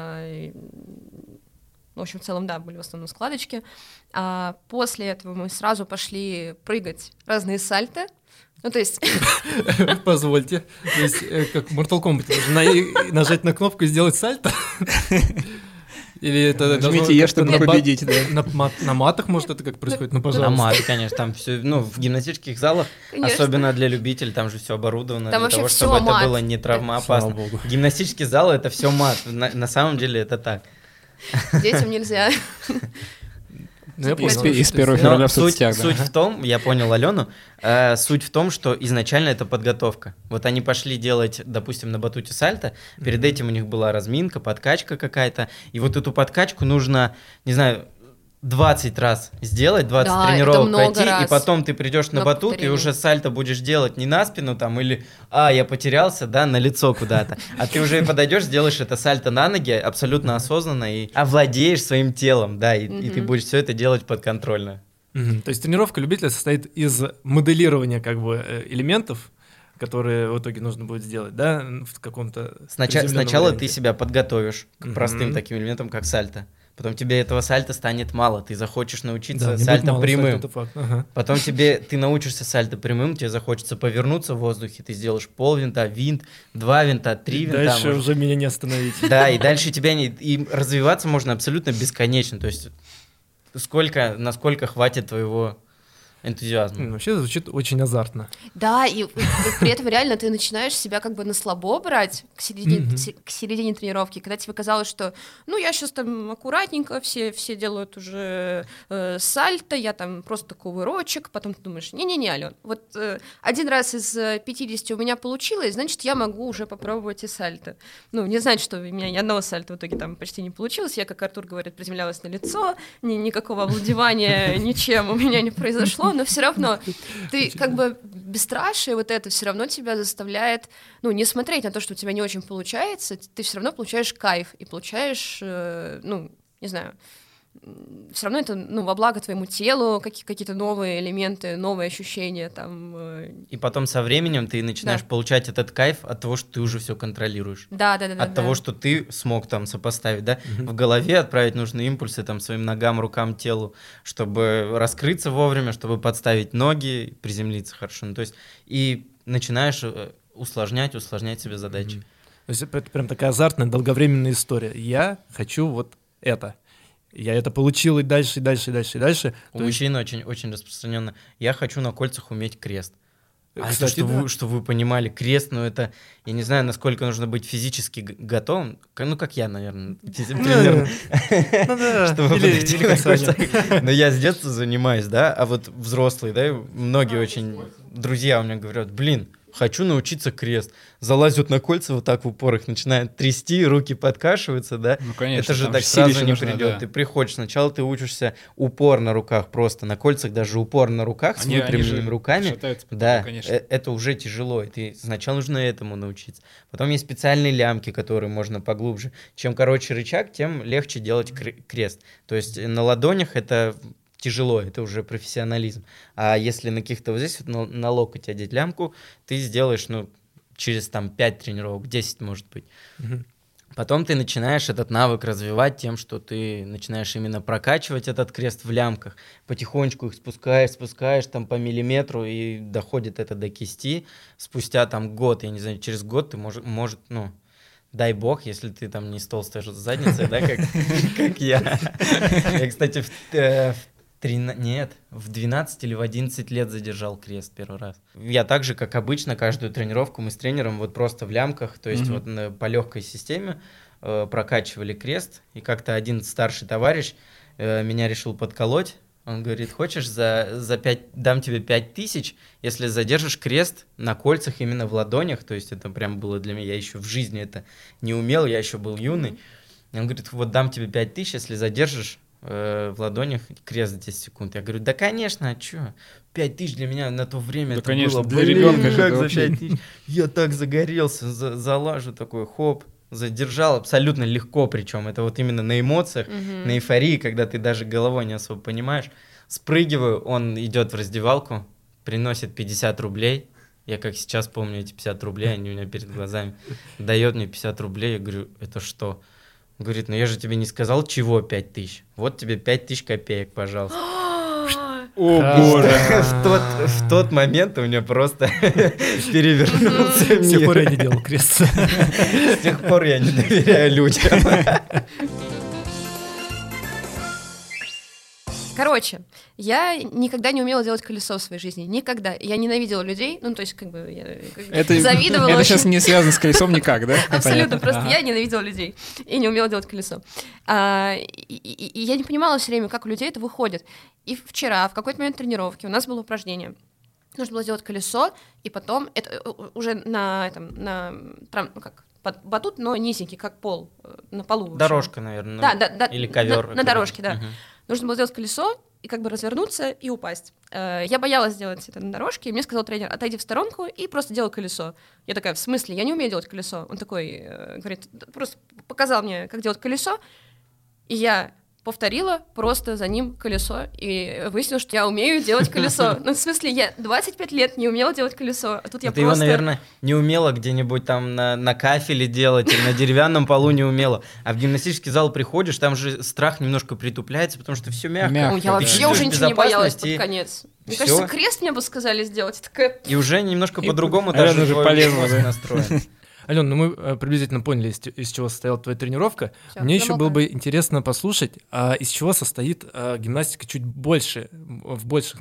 В общем, в целом, да, были в основном складочки. А после этого мы сразу пошли прыгать разные сальто. Ну, то есть... Позвольте. То есть, как в Mortal Kombat, нажать на кнопку и сделать сальто? Или это нажмите «Е», чтобы победить, да. На матах, может, это как происходит? Ну, пожалуйста. На матах, конечно, там все, в гимнастических залах, особенно для любителей, там же все оборудовано там для того, чтобы это было не травмоопасно. Гимнастический зал — это все мат, на самом деле это так. Детям нельзя. Из 1 февраля в соцсетях, да. Суть в том, я понял Алену, суть в том, что изначально это подготовка. Вот они пошли делать, допустим, на батуте сальто, перед этим у них была разминка, подкачка какая-то, и вот эту подкачку нужно, не знаю, 20 раз сделать, 20 тренировок пройти, и потом ты придешь на батут и уже сальто будешь делать не на спину там или я потерялся, да, на лицо куда-то, а ты уже подойдешь, сделаешь это сальто на ноги абсолютно осознанно и овладеешь своим телом, да, и ты будешь все это делать подконтрольно. То есть тренировка любителя состоит из моделирования как бы элементов, которые в итоге нужно будет сделать, да, в каком-то Сначала ты себя подготовишь к простым таким элементам, как сальто. Потом тебе этого сальто станет мало, ты захочешь научиться сальто прямым. Потом ты научишься сальто прямым, тебе захочется повернуться в воздухе, ты сделаешь полвинта, винт, 2 винта, 3 винта. Дальше уже меня не остановить. Да, и дальше и развиваться можно абсолютно бесконечно, то есть насколько хватит твоего энтузиазма. Вообще звучит очень азартно. Да, и при этом реально ты начинаешь себя как бы на слабо брать к середине тренировки, когда тебе казалось, что я сейчас там аккуратненько, все делают уже сальто, я там просто кувырочек, потом ты думаешь, не-не-не, Ален, вот один раз из 50 у меня получилось, значит, я могу уже попробовать и сальто. Не значит, что у меня ни одного сальто в итоге там почти не получилось, я, как Артур говорит, приземлялась на лицо, никакого овладевания ничем у меня не произошло, но все равно ты как бы бесстрашие вот это все равно тебя заставляет, не смотреть на то, что у тебя не очень получается, ты все равно получаешь кайф и получаешь, не знаю, все равно это, во благо твоему телу, какие-то новые элементы, новые ощущения там. И потом со временем ты начинаешь получать этот кайф от того, что ты уже все контролируешь. Да. От того, что ты смог там сопоставить, да, в голове отправить нужные импульсы там своим ногам, рукам, телу, чтобы раскрыться вовремя, чтобы подставить ноги, приземлиться хорошо. То есть и начинаешь усложнять себе задачи. То есть это прям такая азартная, долговременная история. Я хочу вот это. Я это получил и дальше. У мужчин очень, очень распространенно. Я хочу на кольцах уметь крест. Кстати, что вы понимали, крест, это, я не знаю, насколько нужно быть физически готовым, как я, наверное, примерно, чтобы подойти на кольцах. Но я с детства занимаюсь, да, а вот взрослые, да, многие очень друзья у меня говорят, хочу научиться крест. Залазят на кольца вот так в упор, их начинают трясти, руки подкашиваются, да? Ну, конечно. Это же так сразу не придет. Да. Ты приходишь, сначала ты учишься упор на руках просто, на кольцах даже упор на руках с выпрямленными руками. Да, это уже тяжело, и ты сначала нужно этому научиться. Потом есть специальные лямки, которые можно поглубже. Чем короче рычаг, тем легче делать крест. То есть на ладонях это... тяжело, это уже профессионализм. А если на каких-то вот здесь вот на локоть одеть лямку, ты сделаешь, через 5 тренировок, 10 может быть. Потом ты начинаешь этот навык развивать тем, что ты начинаешь именно прокачивать этот крест в лямках, потихонечку их спускаешь по миллиметру, и доходит это до кисти. Спустя год, я не знаю, через год ты может дай бог, если ты не с толстой задницей, да, как я. Я, кстати, в 12 или в 11 лет задержал крест первый раз. Я так же, как обычно, каждую тренировку мы с тренером просто в лямках, то есть по легкой системе прокачивали крест, и как-то один старший товарищ меня решил подколоть. Он говорит, хочешь, дам тебе 5000, если задержишь крест на кольцах именно в ладонях, то есть это прям было для меня, я еще в жизни это не умел, я еще был юный. Он говорит, дам тебе 5000, если задержишь в ладонях крест 10 секунд. Я говорю, да, конечно, а что? 5000 для меня на то время это конечно, было. Для ребенка как за 5000? Я так загорелся, залажу такой, хоп, задержал абсолютно легко, причем это именно на эмоциях, на эйфории, когда ты даже головой не особо понимаешь. Спрыгиваю, он идет в раздевалку, приносит 50 рублей. Я как сейчас помню эти 50 рублей, они у меня перед глазами. Дает мне 50 рублей, я говорю, это что? Говорит, я же тебе не сказал, чего 5000. Вот тебе 5000 копеек, пожалуйста. О, боже! В тот момент у меня просто перевернулся мир. С тех пор я не делал крест. С тех пор я не доверяю людям. Короче, я никогда не умела делать колесо в своей жизни. Никогда. Я ненавидела людей. Я завидовала. Это сейчас не связано с колесом никак, да? Абсолютно. Просто я ненавидела людей и не умела делать колесо. И я не понимала все время, как у людей это выходит. И вчера, в какой-то момент тренировки, у нас было упражнение. Нужно было сделать колесо, и потом это уже батут, но низенький, как пол, на полу. Дорожка, наверное. Да. Или ковер. На дорожке, да. Нужно было сделать колесо и развернуться и упасть. Я боялась сделать это на дорожке, и мне сказал тренер, отойди в сторонку и просто делай колесо. Я такая, в смысле? Я не умею делать колесо. Он такой говорит, просто показал мне, как делать колесо, и я повторила просто за ним колесо, и выяснилось, что я умею делать колесо. В смысле, я 25 лет не умела делать колесо, а тут я просто... Ты его, наверное, не умела где-нибудь на кафеле делать или на деревянном полу не умела. А в гимнастический зал приходишь, там же страх немножко притупляется, потому что все мягко. Я вообще уже ничего не боялась под конец. Мне кажется, крест мне бы сказали сделать. И уже немножко по-другому даже твой мозг настроен. Ален, мы приблизительно поняли, из чего состояла твоя тренировка. Мне еще было бы интересно послушать, из чего состоит гимнастика чуть больше, в больших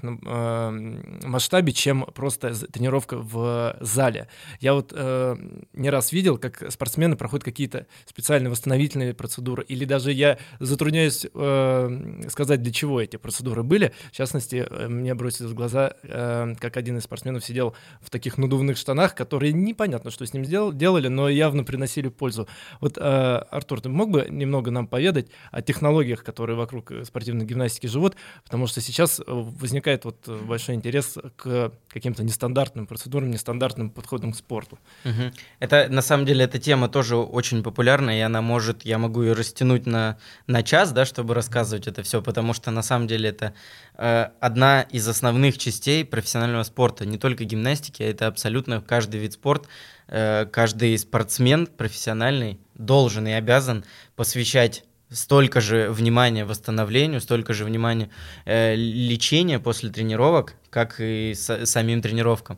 масштабе, чем просто тренировка в зале. Я не раз видел, как спортсмены проходят какие-то специальные восстановительные процедуры, или даже я затрудняюсь сказать, для чего эти процедуры были. В частности, мне бросилось в глаза, как один из спортсменов сидел в таких надувных штанах, которые непонятно, что с ним делали, но явно приносили пользу. Артур, ты мог бы немного нам поведать о технологиях, которые вокруг спортивной гимнастики живут, потому что сейчас возникает большой интерес к каким-то нестандартным процедурам, нестандартным подходам к спорту. Это, на самом деле, эта тема тоже очень популярна, и я могу ее растянуть на час, да, чтобы рассказывать это все, потому что, на самом деле, это одна из основных частей профессионального спорта, не только гимнастики, а это абсолютно каждый вид спорта. Каждый спортсмен профессиональный должен и обязан посвящать столько же внимания восстановлению, столько же внимания лечению после тренировок, как и самим тренировкам.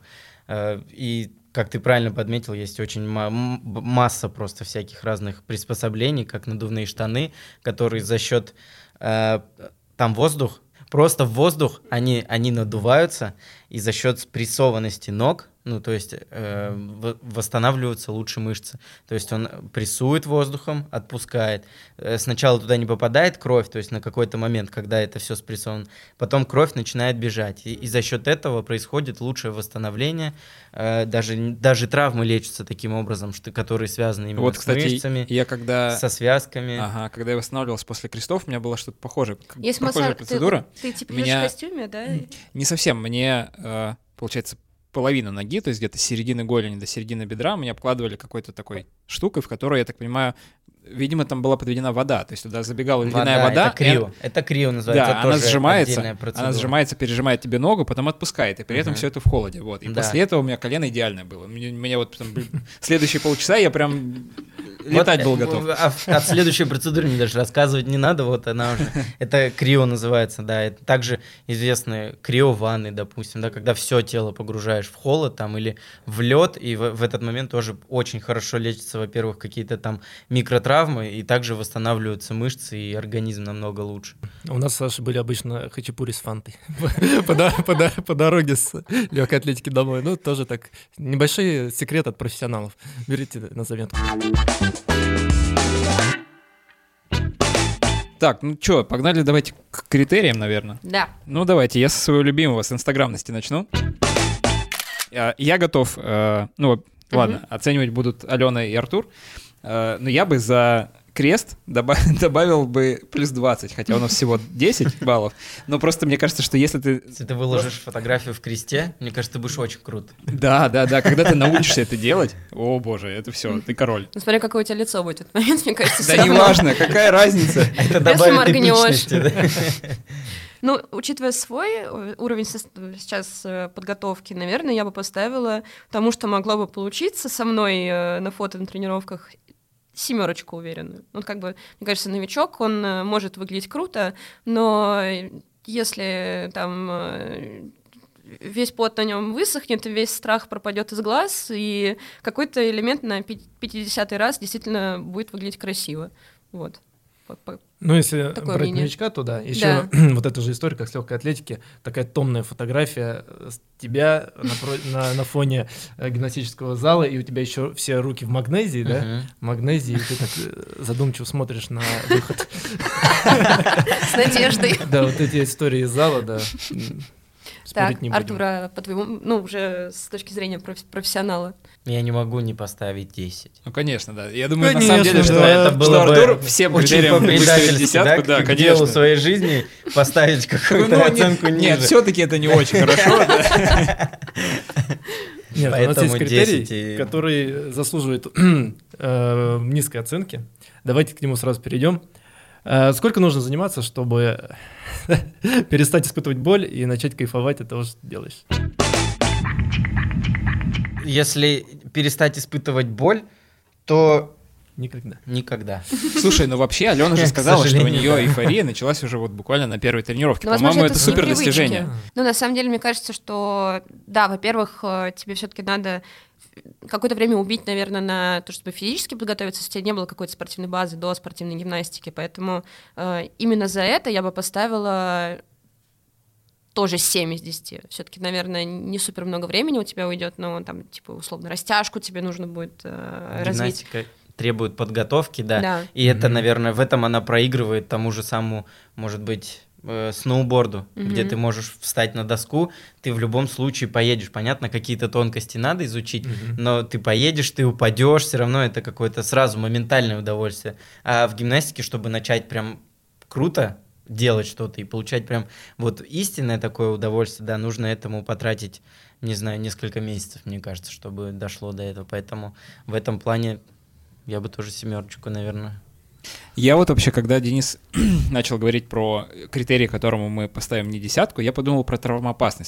И, как ты правильно подметил, есть очень масса просто всяких разных приспособлений, как надувные штаны, которые за счет там воздух просто в воздух они надуваются, и за счет спрессованности ног, ну, то есть восстанавливаются лучше мышцы. То есть он прессует воздухом, отпускает. Сначала туда не попадает кровь, то есть на какой-то момент, когда это все спрессовано, потом кровь начинает бежать. И за счет этого происходит лучшее восстановление. Даже травмы лечатся таким образом, которые связаны именно вот, с кстати, мышцами, я когда... со связками. Ага, когда я восстанавливался после крестов, у меня было что-то похожее. Есть похожая процедура. Ты типа идёшь в костюме, да? Не совсем. Мне, получается, половина ноги, то есть где-то с середины голени до середины бедра, мне обкладывали какой-то такой штукой, в которой, я так понимаю, видимо, там была подведена вода, то есть туда забегала ледяная вода. Это крио. Это крио называется. Да, она сжимается, пережимает тебе ногу, потом отпускает, и при этом все это в холоде. Вот. И после этого у меня колено идеальное было. Мне вот следующие полчаса я прям летать был готов. От следующей процедуры мне даже рассказывать не надо, вот она уже. Это крио называется, да. Это также известны крио-ванны, допустим, да, когда все тело погружаешь в холод там или в лед, и в этот момент тоже очень хорошо лечатся, во-первых, какие-то там микротравмы, и также восстанавливаются мышцы, и организм намного лучше. У нас, Саша, были обычно хачапури с фантой по дороге с легкой атлетики домой. Ну, тоже так, небольшой секрет от профессионалов. Берите на заметку. Так, ну что, погнали давайте к критериям, наверное. Да. Ну давайте, я со своего любимого, с инстаграмности начну. Я готов, ладно, оценивать будут Алена и Артур, но я бы за крест добавил бы плюс 20, хотя у нас всего 10 баллов, но просто мне кажется, что если ты... Если ты выложишь фотографию в кресте, мне кажется, ты будешь очень крут. Да, когда ты научишься это делать, о боже, это все, ты король. Ну смотри, какое у тебя лицо будет в этот момент, мне кажется. Да неважно, какая разница. Это добавит эпичности. Ну, учитывая свой уровень сейчас подготовки, наверное, я бы поставила тому, что могло бы получиться со мной на фото на тренировках, 7 уверенную. Ну, как бы, мне кажется, новичок, он может выглядеть круто, но если там весь пот на нем высохнет, весь страх пропадет из глаз, и какой-то элемент на 50-й раз действительно будет выглядеть красиво. Вот. Ну, если брать новичка, то да. Еще вот эта же история, как с легкой атлетики, такая томная фотография тебя на фоне гимнастического зала, и у тебя еще все руки в магнезии, да? Магнезии, и ты так задумчиво смотришь на выход. С надеждой. Да, вот эти истории из зала, да. Так, Артура, по-твоему, ну, уже с точки зрения профессионала. Я не могу не поставить 10. Ну, конечно, да. Я думаю, конечно, на самом деле, что это было Артур всем критериям выставит десятку, да, конечно. К делу своей жизни поставить какую-то оценку ниже. Нет, все-таки это не очень хорошо. Нет, у нас есть критерий, который заслуживает низкой оценки. Давайте к нему сразу перейдем. Сколько нужно заниматься, чтобы перестать испытывать боль и начать кайфовать от того, что ты делаешь? Если перестать испытывать боль, то... Никогда. Слушай, ну вообще Алена же сказала, что у нее эйфория началась уже вот буквально на первой тренировке. По-моему, это супер достижение. Ну, на самом деле, мне кажется, что, да, во-первых, тебе все-таки надо какое-то время убить, наверное, на то, чтобы физически подготовиться, если у тебя не было какой-то спортивной базы до спортивной гимнастики, поэтому именно за это я бы поставила тоже 7 из 10. Все-таки, наверное, не супер много времени у тебя уйдет, но там, типа, условно, растяжку тебе нужно будет развить. Гимнастика требует подготовки, да. И это, наверное, в этом она проигрывает тому же самому, может быть, сноуборду, где ты можешь встать на доску, ты в любом случае поедешь. Понятно, какие-то тонкости надо изучить, но ты поедешь, ты упадешь, все равно это какое-то сразу моментальное удовольствие. А в гимнастике, чтобы начать прям круто делать что-то и получать прям вот истинное такое удовольствие, да, нужно этому потратить, не знаю, несколько месяцев, мне кажется, чтобы дошло до этого. Поэтому в этом плане я бы тоже 7, наверное. Я вот вообще, когда Денис начал говорить про критерии, которому мы поставим не 10, я подумал про травмоопасность.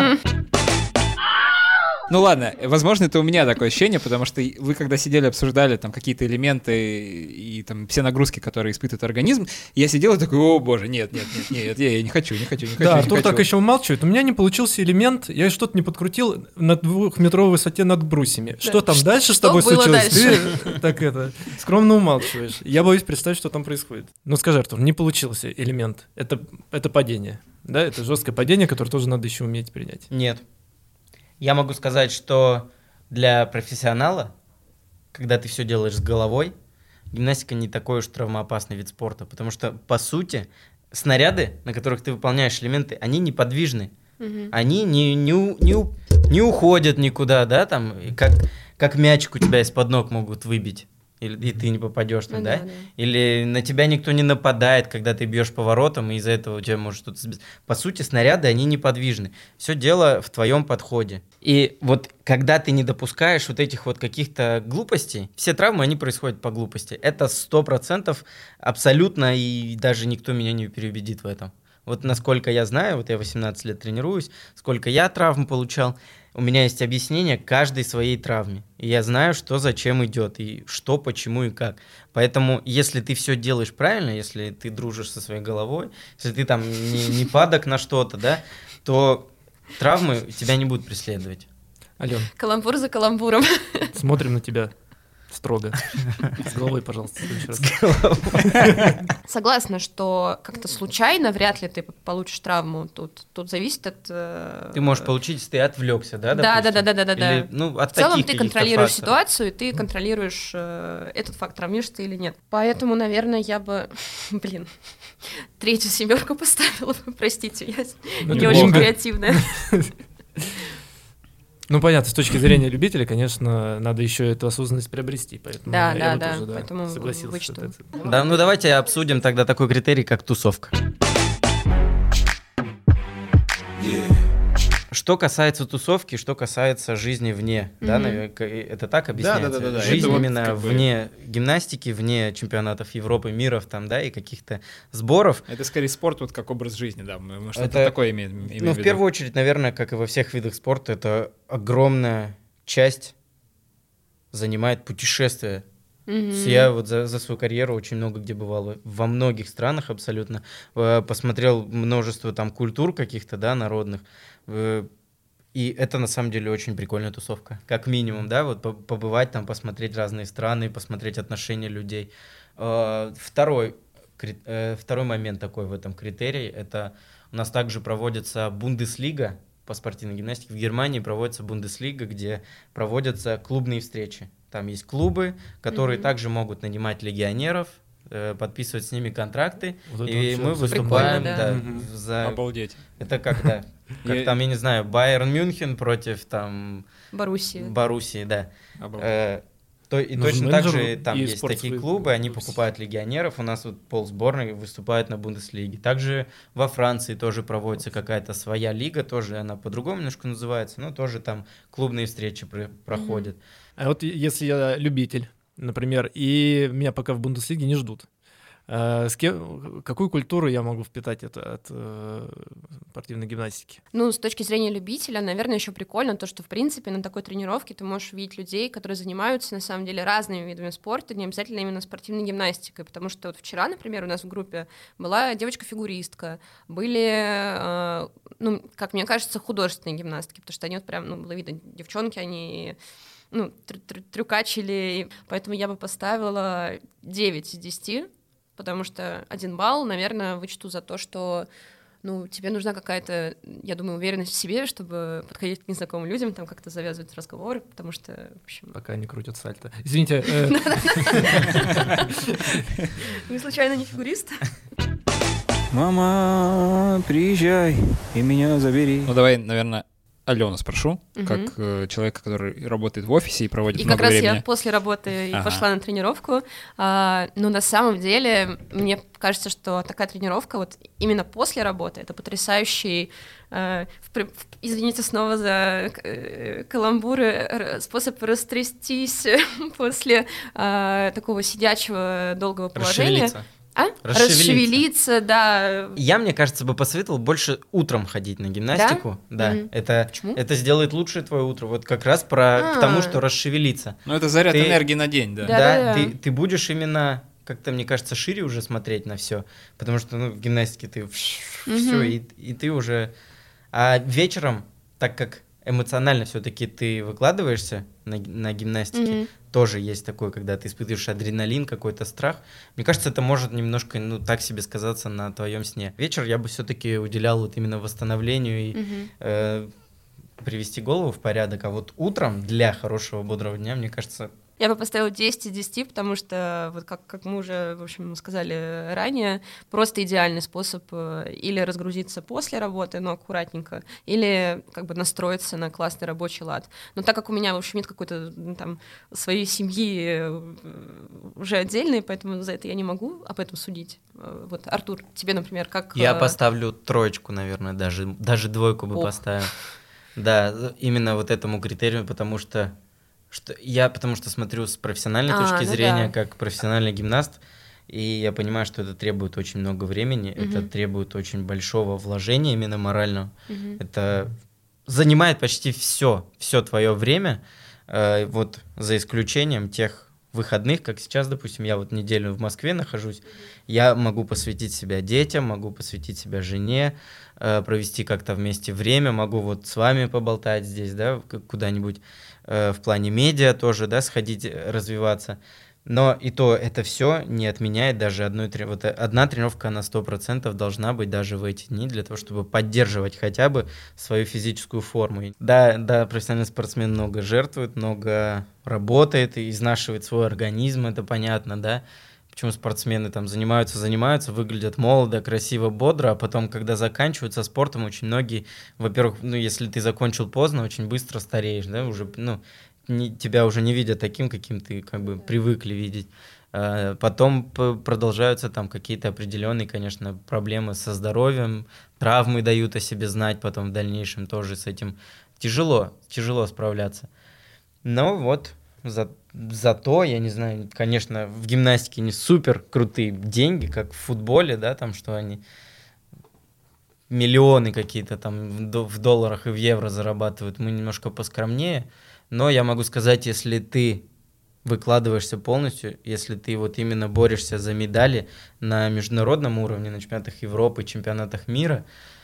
Ну ладно, возможно, это у меня такое ощущение, потому что вы, когда сидели, обсуждали там какие-то элементы и там все нагрузки, которые испытывает организм, я сидел и такой, о боже, нет, я не хочу. Да, Артур так еще умалчивает. У меня не получился элемент, я что-то не подкрутил на 2-метровой высоте над брусьями. Да. Что там дальше с тобой случилось? Ты так скромно умалчиваешь. Я боюсь представить, что там происходит. Ну скажи, Артур, не получился элемент. Это падение. Да, это жесткое падение, которое тоже надо еще уметь принять. Нет. Я могу сказать, что для профессионала, когда ты все делаешь с головой, гимнастика не такой уж травмоопасный вид спорта, потому что, по сути, снаряды, на которых ты выполняешь элементы, они неподвижны. Они не уходят никуда, да, там, как мячик у тебя из-под ног могут выбить. И ты не попадешь там, да? Или на тебя никто не нападает, когда ты бьешь поворотом, и из-за этого у тебя может что-то сбиться. По сути, снаряды, они неподвижны. Все дело в твоем подходе. И вот когда ты не допускаешь вот этих вот каких-то глупостей, все травмы, они происходят по глупости. Это 100% абсолютно, и даже никто меня не переубедит в этом. Вот насколько я знаю, вот я 18 лет тренируюсь, сколько я травм получал, у меня есть объяснение каждой своей травме. И я знаю, что зачем идет, и что, почему и как. Поэтому, если ты все делаешь правильно, если ты дружишь со своей головой, если ты там не падок на что-то, да, то травмы тебя не будут преследовать. Ален. Каламбур за каламбуром. Смотрим на тебя строго. С головой, пожалуйста, в следующий раз. Согласна, что как-то случайно вряд ли ты получишь травму. Тут зависит от... Ты можешь получить, если ты отвлекся, да? Да. Или, от в целом ты таких контролируешь факторов. ситуацию, и ты контролируешь этот факт, травмишься ты или нет. Поэтому, наверное, я бы... третью 7 поставила. Простите, я не очень креативная. Ну, понятно, с точки зрения любителя, конечно, надо еще эту осознанность приобрести, поэтому я бы тоже, поэтому согласился. вычту. Да, ну давайте обсудим тогда такой критерий, как тусовка. Что касается тусовки, что касается жизни вне, да, это так объясняется? Да. Жизнь это именно вне гимнастики, вне чемпионатов Европы, миров там, да, и каких-то сборов. Это скорее спорт вот как образ жизни, да, мы что-то такое имеем в виду. Ну, в первую очередь, наверное, как и во всех видах спорта, это огромная часть занимает путешествие. Я вот за свою карьеру очень много где бывал, во многих странах абсолютно, посмотрел множество там культур каких-то, да, народных, и это на самом деле очень прикольная тусовка, как минимум, да, вот побывать там, посмотреть разные страны, посмотреть отношения людей. Второй момент такой в этом критерии, это у нас также проводится Бундеслига по спортивной гимнастике, в Германии проводится Бундеслига, где проводятся клубные встречи. Там есть клубы, которые также могут нанимать легионеров, подписывать с ними контракты, вот и мы выступаем за... Обалдеть. Это как, да, как там, я не знаю, Байерн Мюнхен против там... Боруссии, да. И точно так же там есть такие клубы, они покупают легионеров, у нас вот полсборной выступает на Бундеслиге. Также во Франции тоже проводится какая-то своя лига, тоже она по-другому немножко называется, но тоже там клубные встречи проходят. А вот если я любитель, например, и меня пока в Бундеслиге не ждут, какую культуру я могу впитать от спортивной гимнастики? Ну, с точки зрения любителя, наверное, еще прикольно то, что, в принципе, на такой тренировке ты можешь видеть людей, которые занимаются, на самом деле, разными видами спорта, не обязательно именно спортивной гимнастикой, потому что вот вчера, например, у нас в группе была девочка-фигуристка, были, как мне кажется, художественные гимнастки, потому что они вот прям, было видно, девчонки, они... трюкачили, поэтому я бы поставила 9 из 10, потому что 1 балл, наверное, вычту за то, что тебе нужна какая-то, я думаю, уверенность в себе, чтобы подходить к незнакомым людям, там как-то завязывать разговоры, потому что, в общем... Пока не крутят сальто. Извините. Вы случайно не фигурист? Мама, приезжай и меня забери. Ну давай, наверное, Алену спрошу, как человека, который работает в офисе и проводит много времени. И как раз я после работы пошла на тренировку. На самом деле, мне кажется, что такая тренировка вот именно после работы — это потрясающий, извините снова за каламбуры, способ растрястись после такого сидячего долгого положения. Расшевелиться, да. Я, мне кажется, бы посоветовал больше утром ходить на гимнастику. Да. Почему? Это сделает лучше твое утро. Вот как раз к тому, что расшевелиться. Ну, это заряд энергии на день, да. Да. Ты будешь именно, как-то, мне кажется, шире уже смотреть на все. Потому что, в гимнастике ты все, и ты уже... А вечером, так как эмоционально все-таки ты выкладываешься на гимнастике, тоже есть такое, когда ты испытываешь адреналин, какой-то страх. Мне кажется, это может немножко, так себе сказаться на твоем сне. Вечер я бы все-таки уделял вот именно восстановлению и привести голову в порядок, а вот утром для хорошего бодрого дня, мне кажется... Я бы поставила 10 из 10, потому что, вот как мы уже, в общем, сказали ранее, просто идеальный способ или разгрузиться после работы, но аккуратненько, или как бы настроиться на классный рабочий лад. Но так как у меня, в общем, нет какой-то там своей семьи уже отдельной, поэтому за это я не могу об этом судить. Вот, Артур, тебе, например, как... Я поставлю 3, наверное, даже 2 бы поставил. Да, именно вот этому критерию, потому что смотрю с профессиональной точки зрения, как профессиональный гимнаст, и я понимаю, что это требует очень много времени, это требует очень большого вложения именно морального. Это занимает почти все твое время, вот за исключением тех выходных, как сейчас, допустим, я вот неделю в Москве нахожусь, я могу посвятить себя детям, могу посвятить себя жене, провести как-то вместе время, могу вот с вами поболтать здесь, да, куда-нибудь в плане медиа тоже, да, сходить, развиваться. Но и то это все не отменяет даже одна тренировка на 100% должна быть даже в эти дни для того, чтобы поддерживать хотя бы свою физическую форму. Да, профессиональный спортсмен много жертвует, много работает и изнашивает свой организм, это понятно, да. Почему спортсмены там занимаются, выглядят молодо, красиво, бодро, а потом, когда заканчивают со спортом, очень многие, во-первых, если ты закончил поздно, очень быстро стареешь, да, уже, тебя уже не видят таким, каким ты как бы привыкли видеть. Потом продолжаются там какие-то определенные, конечно, проблемы со здоровьем, травмы дают о себе знать потом в дальнейшем, тоже с этим тяжело справляться. Но вот зато, я не знаю, конечно, в гимнастике не супер крутые деньги, как в футболе, да, там, что они миллионы какие-то там в долларах и в евро зарабатывают, мы немножко поскромнее, но я могу сказать, если ты выкладываешься полностью, если ты вот именно борешься за медали на международном уровне, на чемпионатах Европы, чемпионатах мира,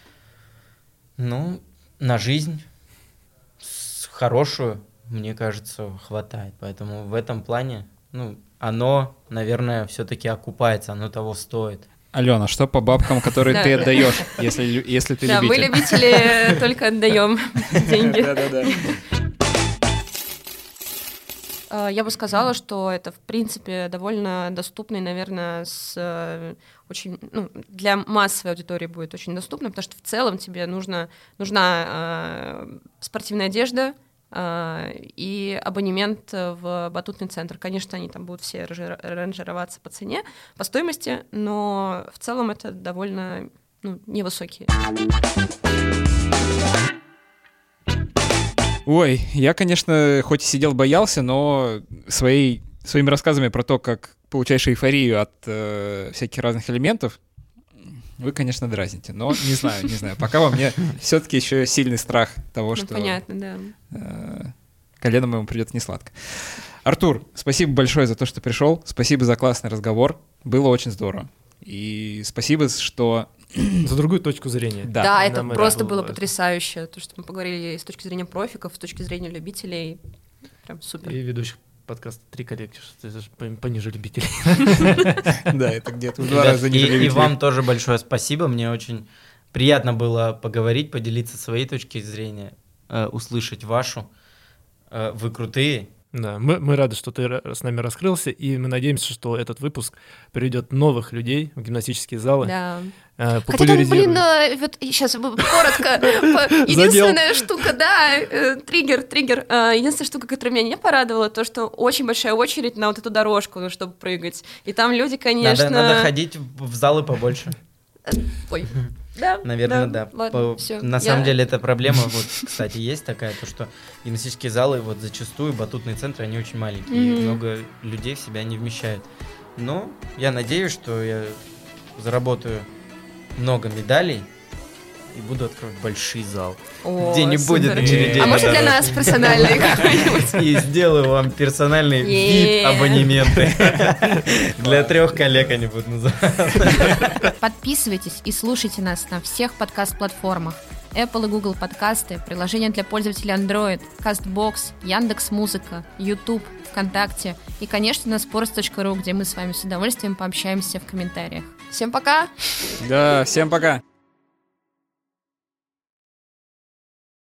на жизнь хорошую, мне кажется, хватает. Поэтому в этом плане, оно, наверное, все-таки окупается, оно того стоит. Алена, что по бабкам, которые ты отдаешь, если ты любитель? Да, мы любители только отдаем деньги. Да. Я бы сказала, что это, в принципе, довольно доступно и, наверное, для массовой аудитории будет очень доступно, потому что в целом тебе нужна спортивная одежда, и абонемент в батутный центр. Конечно, они там будут все ранжироваться по цене, по стоимости, но в целом это довольно невысокие. Ой, я, конечно, хоть и сидел, боялся, но своими рассказами про то, как получаешь эйфорию от всяких разных элементов, вы, конечно, дразните, но не знаю. Пока во мне все-таки еще сильный страх того, что... Понятно, да. Колену моему придется несладко. Артур, спасибо большое за то, что пришел. Спасибо за классный разговор. Было очень здорово. И спасибо, что... За другую точку зрения. Да, это просто было потрясающе. То, что мы поговорили с точки зрения профиков, с точки зрения любителей. Прям супер. И ведущих подкаста 3 коллеги, что это пониже любителей. Да, это где-то в 2 раза ниже любителей. И вам тоже большое спасибо. Мне очень приятно было поговорить, поделиться своей точки зрения, услышать вашу. Вы крутые. Да, мы рады, что ты с нами раскрылся, и мы надеемся, что этот выпуск приведет новых людей в гимнастические залы. Да. Хотя там, вот сейчас коротко, единственная штука, да, триггер. Единственная штука, которая меня не порадовала, то, что очень большая очередь на вот эту дорожку, чтобы прыгать. И там люди, конечно... Надо ходить в залы побольше. Ой. Да, наверное, да. Ладно, всё. На самом деле это проблема, вот, кстати, есть такая, то что гимнастические залы, вот зачастую батутные центры, они очень маленькие, и много людей в себя не вмещают. Но я надеюсь, что я заработаю много медалей и буду открывать большой зал, где не будет очередей. А может для нас персональный какой-нибудь? И сделаю вам персональный VIP-абонементы. Для 3 коллег они будут называться. Подписывайтесь и слушайте нас на всех подкаст-платформах. Apple и Google подкасты, приложения для пользователей Android, CastBox, Яндекс.Музыка, YouTube, ВКонтакте и, конечно, на sports.ru, где мы с вами с удовольствием пообщаемся в комментариях. Всем пока! Да, всем пока!